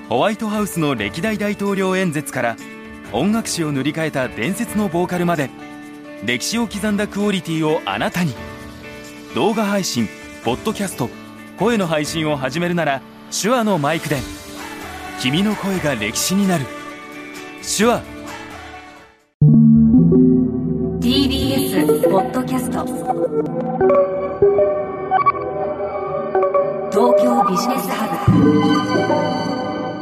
ホワイトハウスの歴代大統領演説から音楽史を塗り替えた伝説のボーカルまで、歴史を刻んだクオリティをあなたに。動画配信、ポッドキャスト、声の配信を始めるなら手話のマイクで。君の声が歴史になる。手話。 TBS ポッドキャスト、東京ビジネスハブ。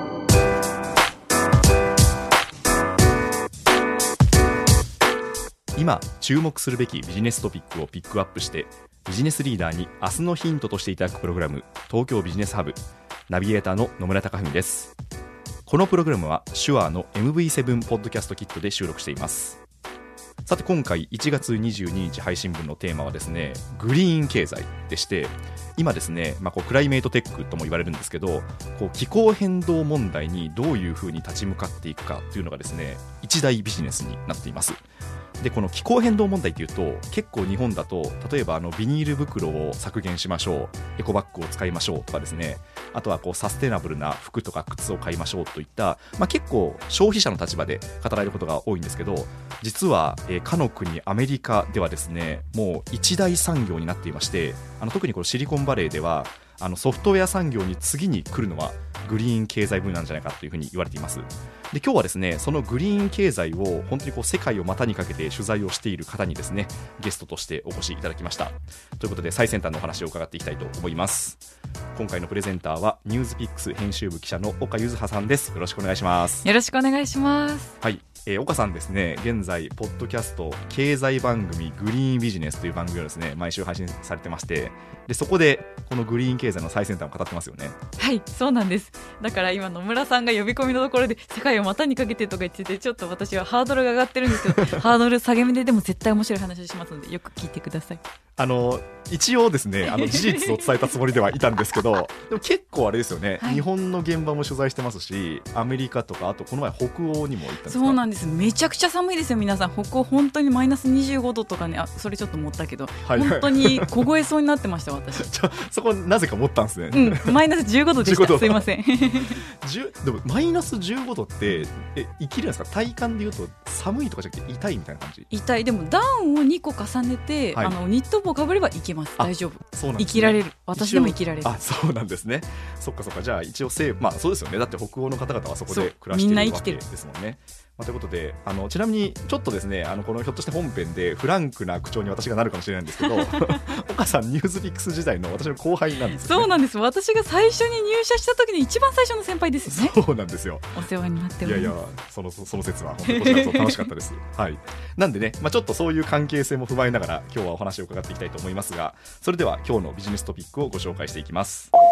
今注目するべきビジネストピックをピックアップして、ビジネスリーダーに明日のヒントとしていただくプログラム、東京ビジネスハブ。ナビゲーターの野村貴文です。このプログラムは手話の MV7 ポッドキャストキットで収録しています。さて今回1月22日配信分のテーマはですね、グリーン経済でして、今ですね、こうクライメートテックとも言われるんですけど、こう気候変動問題にどういうふうに立ち向かっていくかというのがですね、一大ビジネスになっています。でこの気候変動問題というと、結構日本だと例えばビニール袋を削減しましょう、エコバッグを使いましょうとかですね、あとはこうサステナブルな服とか靴を買いましょうといった、結構消費者の立場で語られることが多いんですけど、実はかの国アメリカではですね、もう一大産業になっていまして、特にこのシリコンバレーではソフトウェア産業に次に来るのはグリーン経済分野なんじゃないかというふうに言われています。で今日はですね、そのグリーン経済を本当にこう世界を股にかけて取材をしている方にですね、ゲストとしてお越しいただきました。ということで最先端のお話を伺っていきたいと思います。今回のプレゼンターはニュースピックス編集部記者の岡柚葉さんです。よろしくお願いします。 よろしくお願いします。 はい、岡さんですね、現在ポッドキャスト経済番組グリーンビジネスという番組をですね、毎週配信されてまして、でそこでこのグリーン経済の最先端を語ってますよね。 はい、そうなんです。だから今野村さんが呼び込みのところで世界を股にかけてとか言ってて、ちょっと私はハードルが上がってるんですけどハードル下げ目ででも絶対面白い話をしますので、よく聞いてください。 一応ですね、事実を伝えたつもりではいたんですけどでも結構あれですよね、はい、日本の現場も取材してますし、アメリカとか、あとこの前北欧にも行ったんですか。 そうなんです。めちゃくちゃ寒いですよ皆さん。北欧本当にマイナス25度とかね、それちょっと持ったけど、はい、本当に凍えそうになってました私そこなぜか持ったんですね、 マイナス15度でしたすいませんでもマイナス15度って生きるんですか。体感でいうと寒いとかじゃなくて痛いみたいな感じ。 痛い。でもダウンを2個重ねて、はい、ニット帽かぶればいけます。大丈夫。 そうなんですね、 生きられる。私でも生きられる。 そうなんですね。そっかそっか。じゃあ一応そうですよね。だって北欧の方々はそこで暮らしているわけですもんね。ということでちなみにちょっとですね、このひょっとして本編でフランクな口調に私がなるかもしれないんですけど岡さんニュースピックス時代の私の後輩なんですよね。 そうなんです。私が最初に入社した時に一番最初の先輩ですよね。 そうなんですよ。 お世話になっております。 いやいや、その説は本当にこちらこそ楽しかったですはい。なんでね、ちょっとそういう関係性も踏まえながら今日はお話を伺っていきたいと思いますが、それでは今日のビジネストピックをご紹介していきます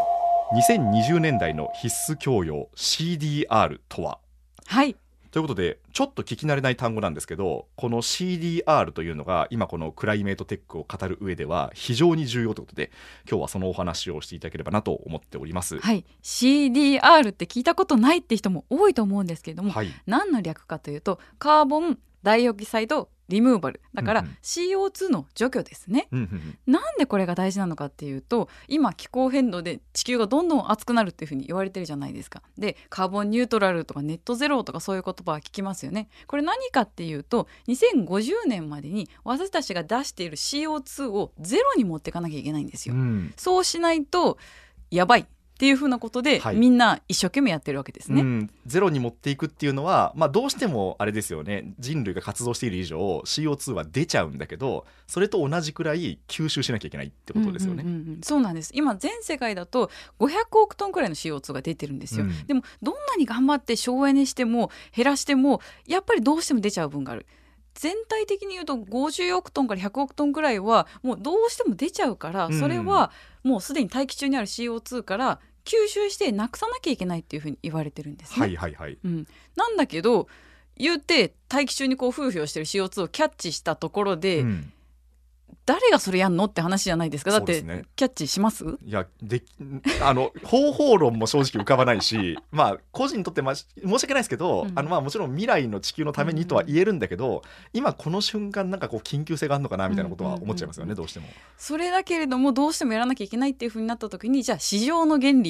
。2020年代の必須教養 CDR とは。 はい。 ということでちょっと聞き慣れない単語なんですけど、この CDR というのが今このクライメートテックを語る上では非常に重要ということで、今日はそのお話をしていただければなと思っております。 はい、CDR って聞いたことないって人も多いと思うんですけれども、はい、何の略かというとカーボンダイオキサイドリムーバルだから CO2 の除去ですね、なんでこれが大事なのかっていうと、今気候変動で地球がどんどん熱くなるっていうふうに言われてるじゃないですか。でカーボンニュートラルとかネットゼロとかそういう言葉は聞きますよね。これ何かっていうと、2050年までに私たちが出している CO2 をゼロに持っていかなきゃいけないんですよ、そうしないとやばいっていうふうなことで、はい、みんな一生懸命やってるわけですね、 ゼロに持っていくっていうのは、どうしてもあれですよね、人類が活動している以上 CO2 は出ちゃうんだけど、それと同じくらい吸収しなきゃいけないってことですよね、 そうなんです。今全世界だと500億トンくらいの CO2 が出てるんですよ、でもどんなに頑張って省エネしても減らしてもやっぱりどうしても出ちゃう分がある。全体的に言うと50億トンから100億トンくらいはもうどうしても出ちゃうから、それはもうすでに大気中にある CO2 から吸収してなくさなきゃいけないっていうふうに言われてるんですね、なんだけど言うて大気中にこう風評してる CO2 をキャッチしたところで、誰がそれやんのって話じゃないですか。だってキャッチします？ いや方法論も正直浮かばないし個人にとって申し訳ないですけど、もちろん未来の地球のためにとは言えるんだけど、今この瞬間なんかこう緊急性があるのかなみたいなことは思っちゃいますよね、どうしても。 それだけれどもどうしてもやらなきゃいけないっていう風になった時に、じゃあ市場の原理を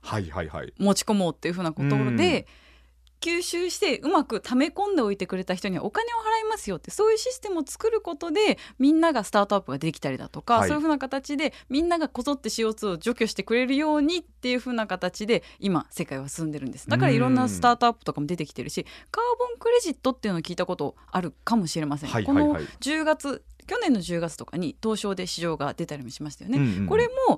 持ち込もうっていうふうなことで、吸収してうまく溜め込んでおいてくれた人にはお金を払いますよって、そういうシステムを作ることでみんながスタートアップができたりだとか、そういうふうな形でみんながこぞって CO2 を除去してくれるようにっていうふうな形で今世界は進んでるんです。だからいろんなスタートアップとかも出てきてるし、カーボンクレジットっていうのを聞いたことあるかもしれません。この10月、去年の10月とかに東証で市場が出たりもしましたよね。これも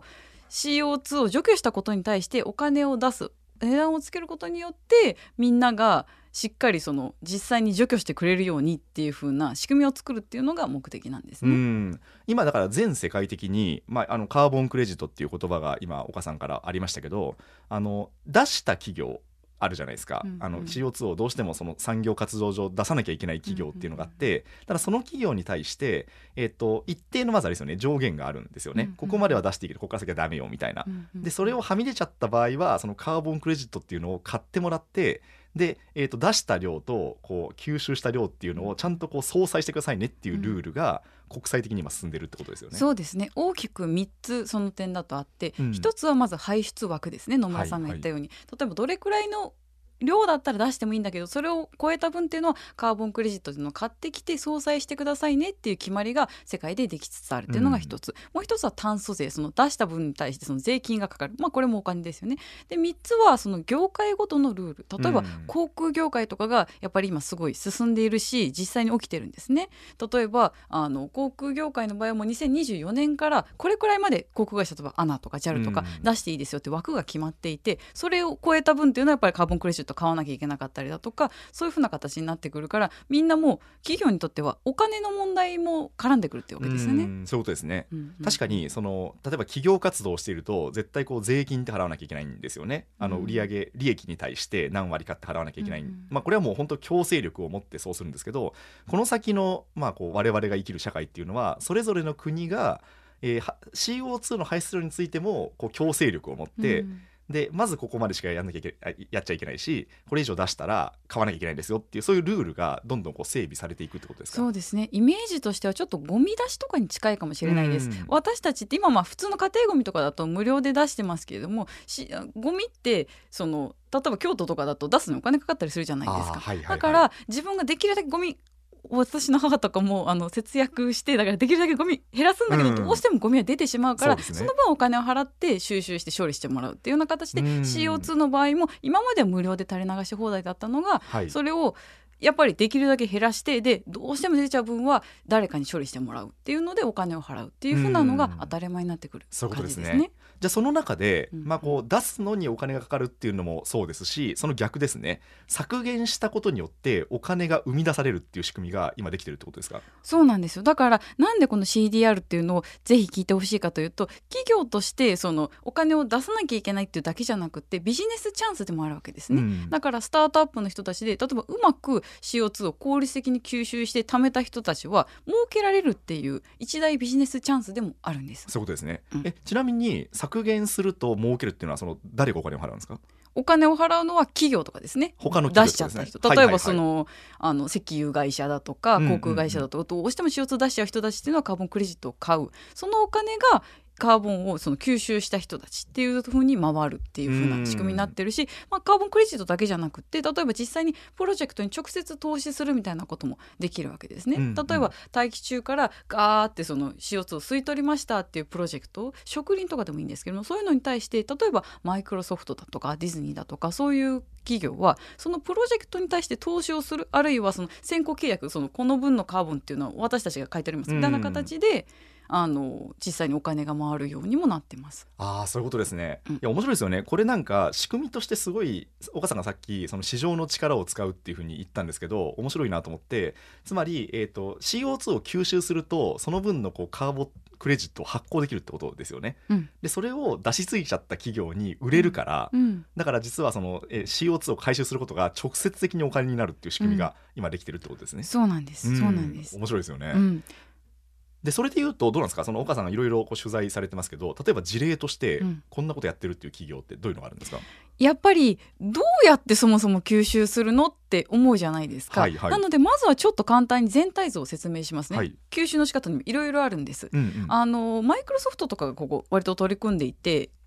CO2 を除去したことに対してお金を出す、値段をつけることによってみんながしっかりその実際に除去してくれるようにっていう風な仕組みを作るっていうのが目的なんですね。 今だから全世界的に、カーボンクレジットっていう言葉が今岡さんからありましたけど、出した企業あるじゃないですか、CO2 をどうしてもその産業活動上出さなきゃいけない企業っていうのがあって、ただその企業に対して、一定のまずあれですよね、上限があるんですよね。ここまでは出していいけどここから先はダメよみたいな。でそれをはみ出ちゃった場合はそのカーボンクレジットっていうのを買ってもらって、で、出した量とこう吸収した量っていうのをちゃんとこう相殺してくださいねっていうルールが国際的に今進んでるってことですよね。 そうですね、大きく3つその点だとあって、1つはまず排出枠ですね。野村さんが言ったように、例えばどれくらいの量だったら出してもいいんだけど、それを超えた分っていうのはカーボンクレジットっていうのを買ってきて相殺してくださいねっていう決まりが世界でできつつあるっていうのが一つ、もう一つは炭素税、その出した分に対してその税金がかかる、これもお金ですよね。で3つはその業界ごとのルール、例えば航空業界とかがやっぱり今すごい進んでいるし実際に起きてるんですね。例えば航空業界の場合はもう2024年からこれくらいまで航空会社、例えばANAとか JAL とか出していいですよって枠が決まっていて、それを超えた分っていうのはやっぱりカーボンクレジット買わなきゃいけなかったりだとか、そういうふうな形になってくるから、みんなもう企業にとってはお金の問題も絡んでくるってわけですよね。 そういうことですね、確かにその例えば企業活動をしていると絶対こう税金って払わなきゃいけないんですよね。売上利益に対して何割かって払わなきゃいけない、これはもう本当強制力を持ってそうするんですけど、この先の、こう我々が生きる社会っていうのはそれぞれの国が、CO2 の排出量についてもこう強制力を持って、でまずここまでしかやっちゃいけないし、これ以上出したら買わなきゃいけないんですよっていう、そういうルールがどんどんこう整備されていくってことですか。 そうですね、イメージとしてはちょっとゴミ出しとかに近いかもしれないです。私たちって今普通の家庭ゴミとかだと無料で出してますけれども、ゴミってその例えば京都とかだと出すのにお金かかったりするじゃないですか。だから自分ができるだけゴミ、私の母とかも節約して、だからできるだけゴミ減らすんだけど、どうしてもゴミは出てしまうから、その分お金を払って収集して処理してもらうっていうような形で、CO2 の場合も今までは無料で垂れ流し放題だったのが、それをやっぱりできるだけ減らして、でどうしても出ちゃう分は誰かに処理してもらうっていうのでお金を払うっていう風なのが当たり前になってくる感じですね。 じゃあその中で、こう出すのにお金がかかるっていうのもそうですし、その逆ですね、削減したことによってお金が生み出されるっていう仕組みが今できてるってことですか。 そうなんですよ。だからなんでこの CDR っていうのをぜひ聞いてほしいかというと、企業としてそのお金を出さなきゃいけないっていうだけじゃなくてビジネスチャンスでもあるわけですね。だからスタートアップの人たちで、例えばうまく CO2 を効率的に吸収して貯めた人たちは儲けられるっていう一大ビジネスチャンスでもあるんです。 そういうことですね、ちなみに削減すると儲けるっていうのはその誰がお金を払うんですか。 お金を払うのは企業とかですね。 他の企業とかですね。 出しちゃった人、例えばその、石油会社だとか航空会社だとか、どうしても CO2 出しちゃう人たちっていうのはカーボンクレジットを買う、そのお金がカーボンをその吸収した人たちっていう風に回るっていう風な仕組みになってるし、カーボンクレジットだけじゃなくて、例えば実際にプロジェクトに直接投資するみたいなこともできるわけですね。例えば大気中からガーってその CO2 を吸い取りましたっていうプロジェクト、植林とかでもいいんですけども、そういうのに対して例えばマイクロソフトだとかディズニーだとかそういう企業はそのプロジェクトに対して投資をする、あるいはその先行契約、そのこの分のカーボンっていうのは私たちが書いてありますみたいな形で、実際にお金が回るようにもなってます。 そういうことですね、いや面白いですよね。これなんか仕組みとしてすごい、岡さんがさっきその市場の力を使うっていうふうに言ったんですけど、面白いなと思って、つまり、CO2 を吸収するとその分のこうカーボンクレジットを発行できるってことですよね、でそれを出しすぎちゃった企業に売れるから、だから実はその、CO2 を回収することが直接的にお金になるっていう仕組みが今できてるってことですね。 そうなんです、そうなんです。 面白いですよね、でそれで言うとどうなんですか。その岡さんがいろいろ取材されてますけど、例えば事例としてこんなことやってるっていう企業ってどういうのがあるんですか。 やっぱりどうやってそもそも吸収するのって思うじゃないですか、なのでまずはちょっと簡単に全体像を説明しますね、吸収の仕方にもいろいろあるんです、マイクロソフトとかがここ割と取り組んでいて、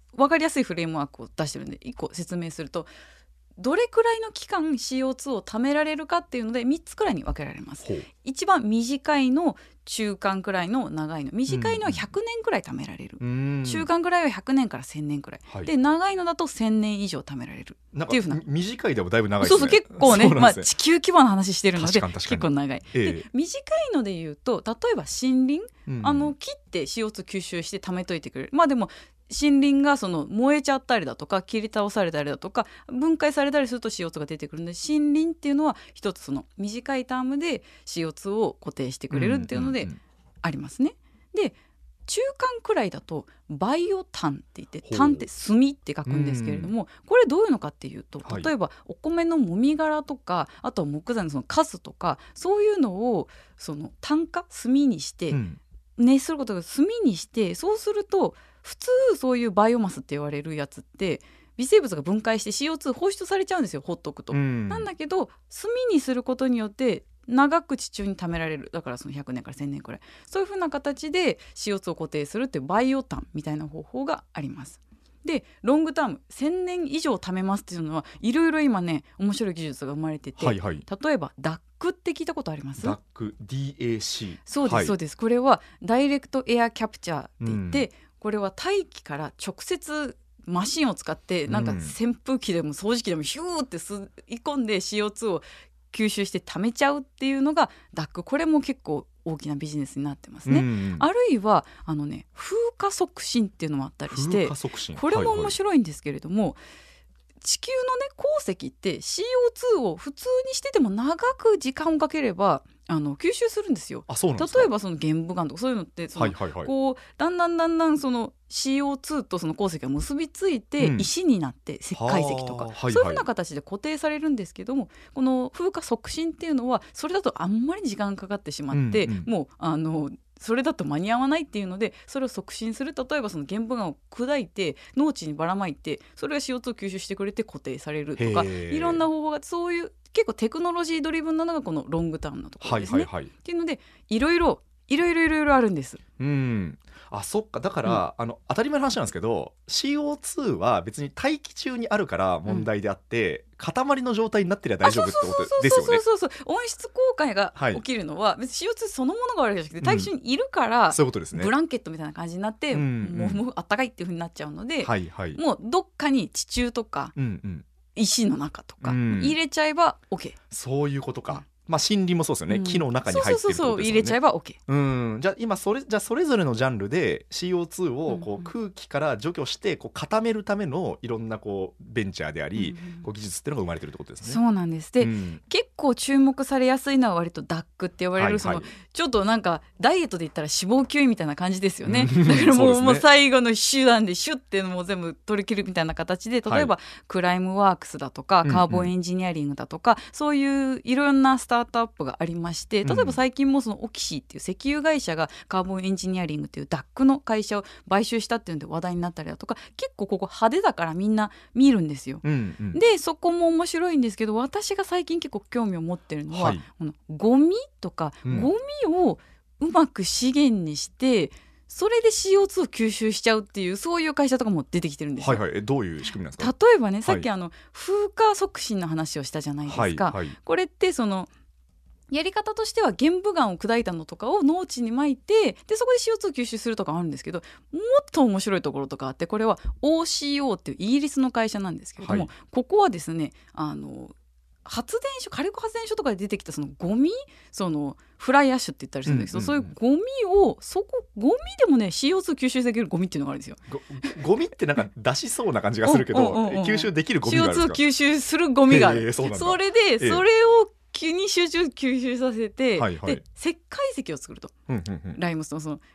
分かりやすいフレームワークを出してるんで1個説明すると、どれくらいの期間 CO2 を貯められるかっていうので3つくらいに分けられます。一番短いの、中間くらいの、長いの。短いのは100年くらい貯められる、中間くらいは100年から1000年くらい、はい、で長いのだと1000年以上貯められるっていうふうな。 短いでもだいぶ長いですね。 そう結構ね、地球規模の話してるので結構長い、で短いので言うと、例えば森林、切って CO2 吸収して貯めといてくれる。でも森林がその燃えちゃったりだとか切り倒されたりだとか分解されたりすると CO2 が出てくるので、森林っていうのは一つその短いタームで CO2 を固定してくれるっていうのでありますね。で中間くらいだとバイオ炭って言って、炭って炭って書くんですけれども、これどういうのかっていうと、例えばお米のもみ殻とか、あとは木材のそのカスとか、そういうのをその炭化炭にして熱することが炭にして、そうすると普通そういうバイオマスって言われるやつって微生物が分解して CO2 放出されちゃうんですよ、ほっとくと。なんだけど炭にすることによって長く地中に貯められる。だからその100年から1000年くらい、そういう風な形で CO2 を固定するっていうバイオ炭みたいな方法があります。でロングターム1000年以上貯めますっていうのはいろいろ今ね面白い技術が生まれてて、例えば DAC って聞いたことあります？ DAC。 そうです、そうです。これはダイレクトエアキャプチャーって言って、これは大気から直接マシンを使ってなんか扇風機でも掃除機でもヒューって吸い込んで CO2 を吸収して貯めちゃうっていうのが DAC。 これも結構大きなビジネスになってますね。あるいは風化促進っていうのもあったりして、これも面白いんですけれども、地球のね鉱石って CO2 を普通にしてても長く時間をかければ吸収するんですよ。例えばその玄武岩とかそういうのってこうだんだんその CO2 とその鉱石が結びついて石になって石灰石とか、そういうふうな形で固定されるんですけども、この風化促進っていうのはそれだとあんまり時間かかってしまって、もうそれだと間に合わないっていうので、それを促進する。例えばその玄武岩を砕いて農地にばらまいて、それが CO2 を吸収してくれて固定されるとか、いろんな方法が、そういう結構テクノロジードリブンなのがこのロングターンのところですね。っていうのでいろいろあるんです。 そっか。だから、当たり前の話なんですけど CO2 は別に大気中にあるから問題であって、塊の状態になってりゃ大丈夫ってことですよね。 そう温室効果が起きるのは、別に CO2 そのものが悪いわけじゃなくて、大気中にいるから、 そういうことですね。 ブランケットみたいな感じになって、もうあったかいっていう風になっちゃうので、もうどっかに地中とか、石の中とか入れちゃえば OK。 そういうことか。森林もそうですよね、木の中に入ってるってことですよね。 入れちゃえば OK。 じゃあ今それぞれのジャンルで CO2 をこう空気から除去してこう固めるためのいろんなこうベンチャーであり、こう技術っていうのが生まれてるってことですね。 そうなんです。で、結構注目されやすいのは割と DAC って呼ばれる、そのちょっとなんかダイエットで言ったら脂肪吸引みたいな感じですよね。だからもう最後の手段でシュッっていうのも全部取り切るみたいな形で、例えばクライムワークスだとかカーボンエンジニアリングだとか、そういういろんなスタートアップがありまして、例えば最近もそのオキシーっていう石油会社がカーボンエンジニアリングっていう DAC の会社を買収したっていうので話題になったりだとか、結構ここ派手だからみんな見るんですよ。でそこも面白いんですけど、私が最近結構興味を持ってるのは、このゴミとか、ゴミをうまく資源にしてそれで CO2 を吸収しちゃうっていう、そういう会社とかも出てきてるんですよ。 どういう仕組みなんですか？ 例えばね、さっき風化促進の話をしたじゃないですか。これってそのやり方としては玄武岩を砕いたのとかを農地にまいて、でそこで CO2 吸収するとかあるんですけど、もっと面白いところとかあって、これは OCO っていうイギリスの会社なんですけれども、ここはですね発電所、火力発電所とかで出てきたそのゴミ、そのフライアッシュって言ったりするんですけど、そういうゴミをゴミでもね CO2 吸収できるゴミっていうのがあるんですよ。 ゴミってなんか出しそうな感じがするけど吸収できるゴミがあるんですか？ CO2 吸収するゴミがある。それで、それを気に吸収させて、で石灰石を作ると、ライムストーン、その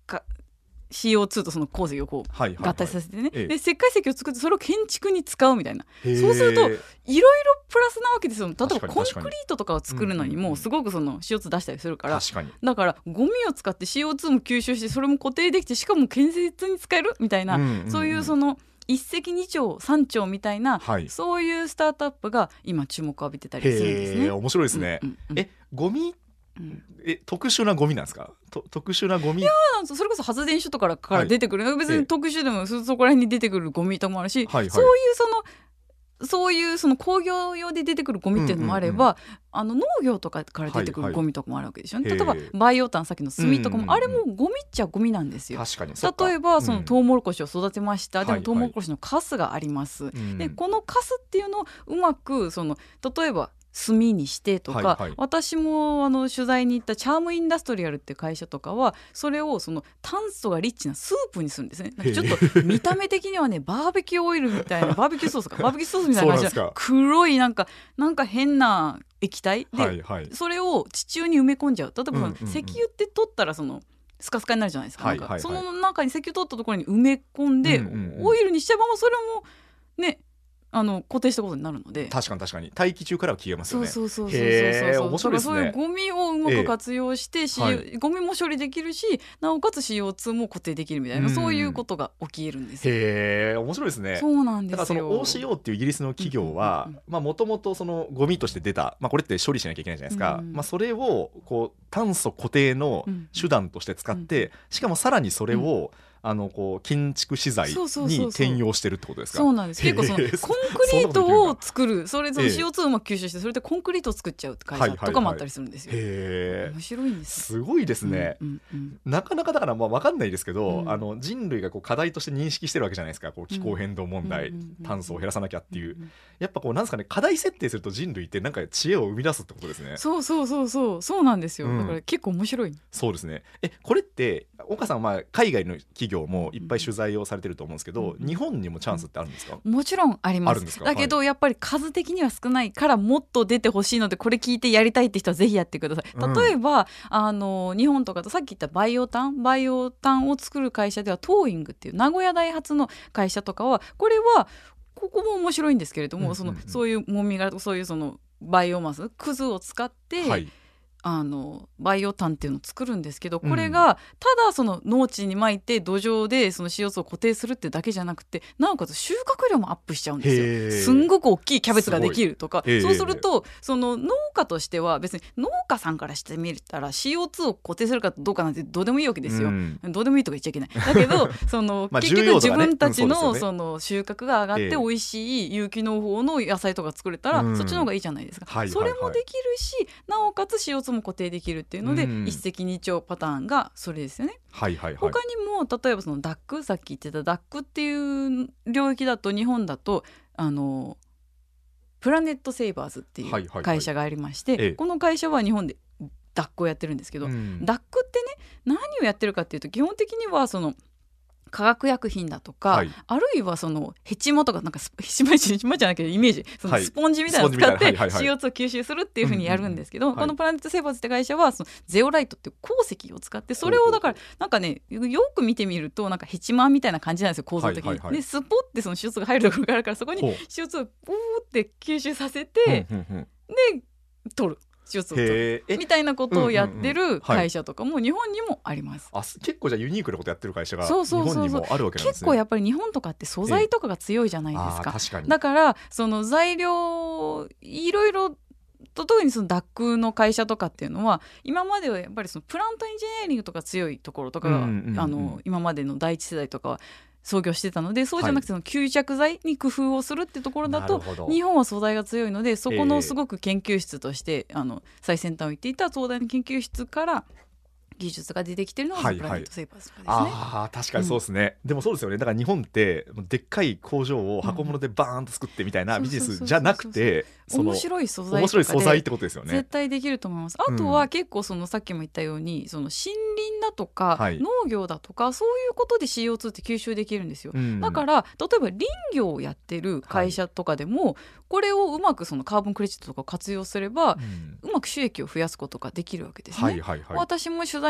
CO2 とその鉱石をこう合体させてね、で石灰石を作ってそれを建築に使うみたいな。そうするといろいろプラスなわけですよ。例えばコンクリートとかを作るのにもすごくその CO2 出したりするから、だからゴミを使って CO2 も吸収して、それも固定できて、しかも建設に使えるみたいな、そういうその一石二鳥三鳥みたいな、そういうスタートアップが今注目を浴びてたりするんですね。 面白いですね。ゴミっ特殊なゴミなんですか？特殊なゴミ。 いやそれこそ発電所とかから出てくる、別に特殊でもそこら辺に出てくるゴミとかもあるし、そういうその工業用で出てくるゴミっていうのもあれば、農業とかから出てくるゴミとかもあるわけでしょ、例えばバイオ炭、さっきの炭とかも、あれもゴミっちゃゴミなんですよ。 確かに例えばそのトウモロコシを育てました、でもトウモロコシのカスがあります、でこのカスっていうのをうまく例えば炭にしてとか、私も取材に行ったチャームインダストリアルっていう会社とかはそれを炭素がリッチなスープにするんですね。なんかちょっと見た目的にはねバーベキューオイルみたいなバーベキューソースみたいな感じで黒いなんか変な液体で、それを地中に埋め込んじゃう。例えば石油って取ったらスカスカになるじゃないですか。その中に石油取ったところに埋め込んで、オイルにしちゃえばそれもね固定したことになるので、 確かに大気中からは消えますよね。 そう面白いですね。そういうゴミをうまく活用して、ゴミも処理できるし、なおかつ CO2 も固定できるみたいな、そういうことが起きるんですよ。 面白いですね。 そうなんですよ。 だからOCO っていうイギリスの企業はもともとゴミとして出た、これって処理しなきゃいけないじゃないですか、それを炭素固定の手段として使って、しかもさらにそれを建築資材に転用してるってことですか？ そうなんです。結構コンクリートを作る、それCO2 をうまく吸収してそれでコンクリートを作っちゃう会社とかもあったりするんですよ。面白いんです。 すごいですね。なかなかだから分かんないですけど、人類が課題として認識してるわけじゃないですか。気候変動問題、炭素を減らさなきゃっていう、やっぱなんですかね、課題設定すると人類ってなんか知恵を生み出すってことですね。 そうなんですよ。だから結構面白い。 そうですね。これって岡さんは海外の企業もいっぱい取材をされてると思うんですけど、日本にもチャンスってあるんですか？ もちろんあります。だけど、やっぱり数的には少ないからもっと出てほしいので、これ聞いてやりたいって人はぜひやってください。例えば日本とかとさっき言ったバイオ炭を作る会社ではトーイングっていう名古屋大発の会社とかは、ここも面白いんですけれども、そういうもみ殻、そういうバイオマスくずを使って、バイオ炭っていうのを作るんですけど、これがただ農地にまいて土壌でCO2 を固定するってだけじゃなくて、なおかつ収穫量もアップしちゃうんですよ。すんごく大きいキャベツができるとか、そうすると農家としては別に農家さんからしてみたら CO2 を固定するかどうかなんてどうでもいいわけですよ。どうでもいいとか言っちゃいけない。だけど結局自分たちの収穫が上がって美味しい有機農法の野菜とか作れたら、そっちの方がいいじゃないですか。それもできるし、なおかつ CO2 も固定できるっていうので、一石二鳥パターンがそれですよね。他にも例えばダック、さっき言ってたダックっていう領域だと、日本だとプラネットセイバーズっていう会社がありまして、この会社は日本でダックをやってるんですけど、ダックってね、何をやってるかっていうと、基本的には化学薬品だとか、あるいはヘチマとか、なんかヘチマじゃなきゃイメージ、スポンジみたいなのを使って CO2 を吸収するっていう風にやるんですけど、このプラネットセーバーズって会社はゼオライトっていう鉱石を使って、それをだからなんかね、よく見てみるとなんかヘチマみたいな感じなんですよ、構造的に。でスポってCO2 が入るところがあるから、そこに CO2 をブーって吸収させて、で取るみたいなことをやってる会社とかも日本にもあります。 結構じゃあユニークなことやってる会社が日本にもあるわけなんですね。 結構やっぱり日本とかって素材とかが強いじゃないですか。確かに。だから材料いろいろ、特にダックの会社とかっていうのは、今まではやっぱりプラントエンジニアリングとか強いところとかが、今までの第一世代とかは創業してたので、そうじゃなくて吸着剤に工夫をするってところだと、日本は素材が強いので、そこのすごく研究室として最先端を行っていた東大の研究室から技術が出てきてるのがプラネットセーバーズとかですね。 確かにそうですね。でもそうですよね。だから日本ってでっかい工場を箱物でバーンと作ってみたいなビジネスじゃなくて、 面白い素材とかでってことですよね。 絶対できると思います。あとは結構さっきも言ったように森林だとか、農業だとか、そういうことで CO2 って吸収できるんですよ。だから例えば林業をやってる会社とかでも、これをうまくカーボンクレジットとか活用すれば、うまく収益を増やすことができるわけですね。私も取材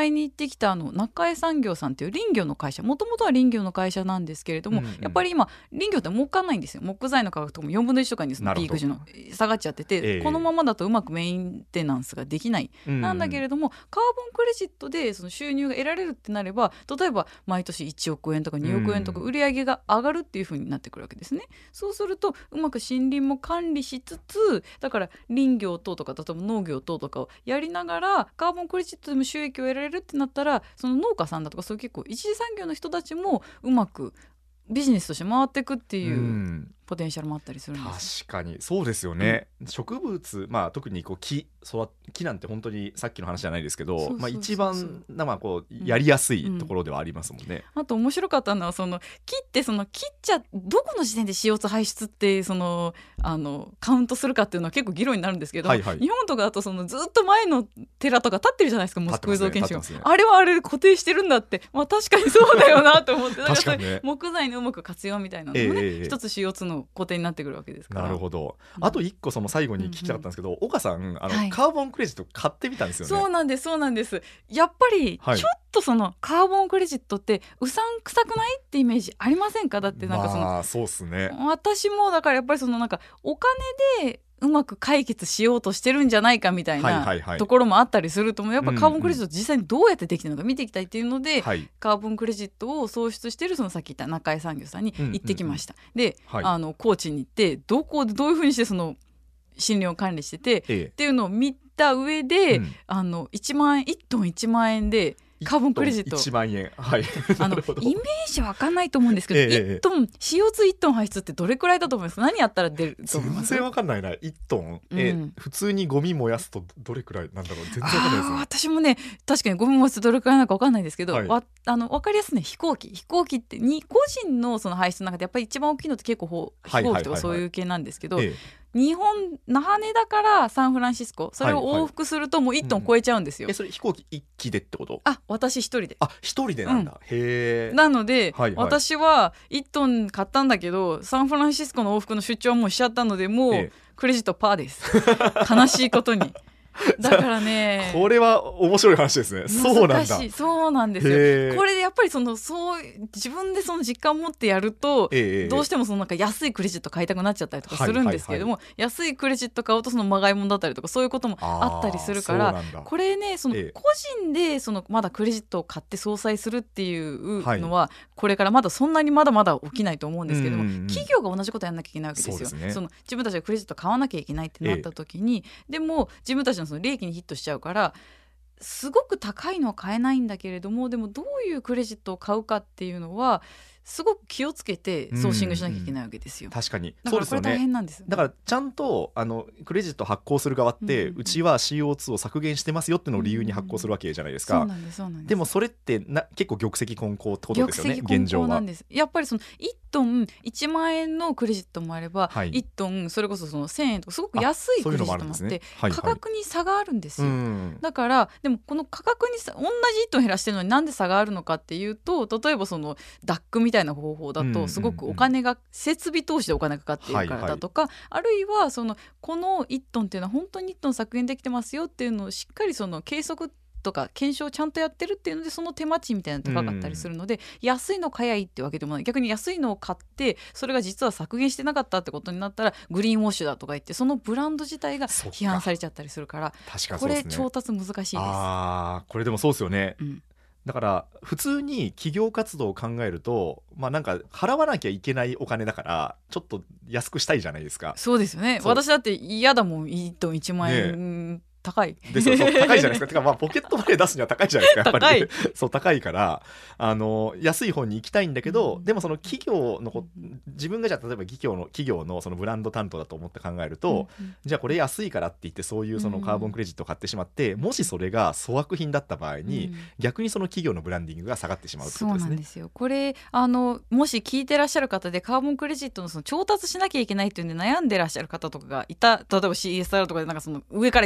買いに行ってきた中江産業さんっていう林業の会社、もともとは林業の会社なんですけれども、やっぱり今林業って儲かんないんですよ。木材の価格とかも4分の1とかにそのピーク時の下がっちゃってて、このままだとうまくメンテナンスができない、なんだけれどもカーボンクレジットでその収入が得られるってなれば、例えば毎年1億円とか2億円とか売り上げが上がるっていう風になってくるわけですね。そうするとうまく森林も管理しつつ、だから林業等とか例えば農業等とかをやりながらカーボンクレジットでも収益を得られるってなったら、その農家さんだとかそういう結構一次産業の人たちもうまくビジネスとして回っていくっていうポテンシャルもあったりするんです。 確かにそうですよね、植物、特にこう木なんて本当にさっきの話じゃないですけど、一番こうやりやすいところではありますもんね。 あと面白かったのはその木って切っちゃどこの時点で CO2 排出ってカウントするかっていうのは結構議論になるんですけど、日本とかだとずっと前の寺とか立ってるじゃないですか、モスク像建築、あれはあれで固定してるんだって、確かにそうだよなと思ってだから木材のうまく活用みたいなのもね、一つ CO2 の固定になってくるわけですから。 なるほど。あと一個最後に聞きたかったんですけど、岡さんカーボンクレジット買ってみたんですよね。 そうなんです。やっぱりちょっとカーボンクレジットってうさんくさくないってイメージありませんか？だってそうっすね。 私もだからやっぱりお金でうまく解決しようとしてるんじゃないかみたいなところもあったりすると、やっぱカーボンクレジット実際にどうやってできてるのか見ていきたいっていうので、カーボンクレジットを創出しているさっき言った中江産業さんに行ってきました。で、高知に行ってどこでどういうふうにして森林を管理してて、っていうのを見た上で、1トン1万円でカーボンクレジット 1万円、はい、 イメージわかんないと思うんですけど、1トン CO21 トン排出ってどれくらいだと思います？何やったら出ると思います？ 全然わかんないな。1トン、普通にゴミ燃やすとどれくらいなんだろう。全然わかんないですね。 私もね確かにゴミ燃やすとどれくらいなのかわかんないですけど、わかりやすいね、飛行機って個人の排出の中でやっぱり一番大きいのって結構飛行機とかそういう系なんですけど、日本那覇根だからサンフランシスコ、それを往復するともう1トン超えちゃうんですよ。 それ飛行機1機でってこと？ 私一人で。 一人でなんだ。へー。 なので、私は1トン買ったんだけどサンフランシスコの往復の出張はもうしちゃったので、もうクレジットパーです。悲しいことに。だからねこれは面白い話ですね。そうなんだ。 そうなんですよ。これでやっぱりそう自分で実感を持ってやると、どうしても安いクレジット買いたくなっちゃったりとかするんですけれども、安いクレジット買うとまがいもんだったりとかそういうこともあったりするから、これね個人でまだクレジットを買って相殺するっていうのは、これからまだそんなにまだまだ起きないと思うんですけども、企業が同じことやんなきゃいけないわけですよ。自分たちがクレジット買わなきゃいけないってなった時に、でも自分たちの利益にヒットしちゃうからすごく高いのは買えないんだけれども、でもどういうクレジットを買うかっていうのはすごく気をつけてソーシングしなきゃいけないわけですよ。 確かにだからこれ大変なんですよね。 だからちゃんとクレジット発行する側って、うちは CO2 を削減してますよっていうのを理由に発行するわけじゃないですか。 そうなんです。 でもそれって結構玉石混交ってことですよね。現状はなんです。やっぱり1トン1万円のクレジットもあれば、1トンそれこそ1000円とかすごく安いクレジットもあって、価格に差があるんですよ。だからでもこの価格に同じ1トン減らしてるのになんで差があるのかっていうと、例えばダックみたいな方法だとすごくお金が設備投資でお金かかっているからだとか、あるいはこの1トンっていうのは本当に1トン削減できてますよっていうのをしっかり計測とか検証をちゃんとやってるっていうので、その手間賃みたいなの高かったりするので、安いの買えばいいってわけでもない。逆に安いのを買ってそれが実は削減してなかったってことになったらグリーンウォッシュだとか言って、そのブランド自体が批判されちゃったりするから、これ調達難しいです。 これでもそうですよね。だから普通に企業活動を考えると、払わなきゃいけないお金だからちょっと安くしたいじゃないですか。 そうですよね。私だって嫌だもん、1トン1万円、高いですよ。高いじゃないですか。てかポケットマネー出すには高いじゃないですか。やっぱり高いから安い方に行きたいんだけど、でも企業の自分がじゃあ例えば企業のブランド担当だと思って考えると、じゃあこれ安いからって言ってそういうカーボンクレジットを買ってしまって、もしそれが粗悪品だった場合に、逆に企業のブランディングが下がってしまうってことですね。 そうなんですよ。これもし聞いてらっしゃる方でカーボンクレジットの調達しなきゃいけないっていうんで悩んでらっしゃる方とかがいた、例えば CSR とかで上から言われた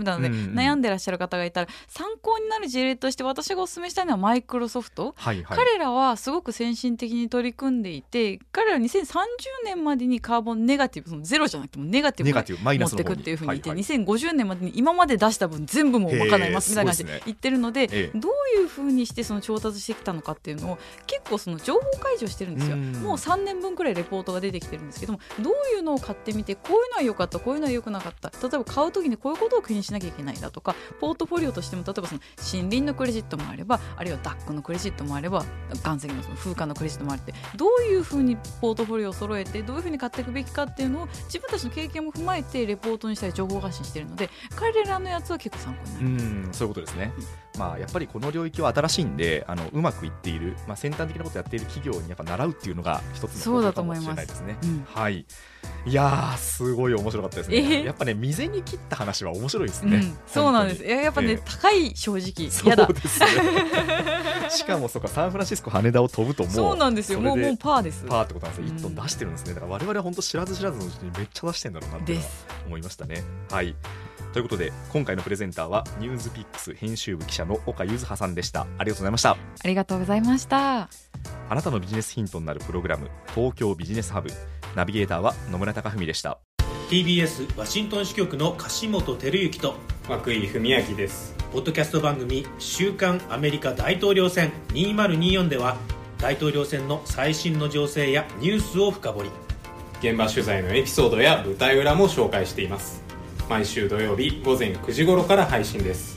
たいなので悩んでらっしゃる方がいたら参考になる事例として私がお勧めしたいのはマイクロソフト、はいはい、彼らはすごく先進的に取り組んでいて、彼らは2030年までにカーボンネガティブ、そのゼロじゃなくてもネガティブに持っていくっていうふうに言って、はいはい、2050年までに今まで出した分全部もう賄いますみたいな感じで言ってるので、どういうふうにしてその調達してきたのかっていうのを結構その情報開示をしてるんですよ。もう3年分くらいレポートが出てきてるんですけども、どういうのを買ってみてこういうのは良かった、こういうのは良くなかった、例えば買う時にこういうことを気にしなきゃいけないだとか、ポートフォリオとしても例えばその森林のクレジットもあれば、あるいはダックのクレジットもあれば、岩石のその風化のクレジットもあって、どういうふうにポートフォリオを揃えてどういうふうに買っていくべきかっていうのを自分たちの経験も踏まえてレポートにしたり情報発信しているので、彼らのやつは結構参考になります。 そういうことですね、やっぱりこの領域は新しいんでうまくいっている、先端的なことをやっている企業にやっぱ習うっていうのが一つのことかもしれないですね。はい、いやーすごい面白かったですね。やっぱね水に切った話は面白いですね、 そうなんです。やっぱね、高い正直嫌だ。 そうですねしかもそうか、サンフランシスコ羽田を飛ぶともうそうなんですよ、もうパーです。 パーってことなんですよ。1トン出してるんですね。だから我々は本当知らず知らずのうちにめっちゃ出してんだろうなって思いましたね。はい、ということで今回のプレゼンターはニュースピックス編集部記者の岡柚葉さんでした。ありがとうございました。 ありがとうございました。 あなたのビジネスヒントになるプログラム、東京ビジネスハブ、ナビゲーターは野村貴文でした。 TBS ワシントン支局の樫本照之と涌井文明です。 ポッドキャスト番組週刊アメリカ大統領選2024では大統領選の最新の情勢やニュースを深掘り、 現場取材のエピソードや舞台裏も紹介しています。毎週土曜日午前9時頃から配信です。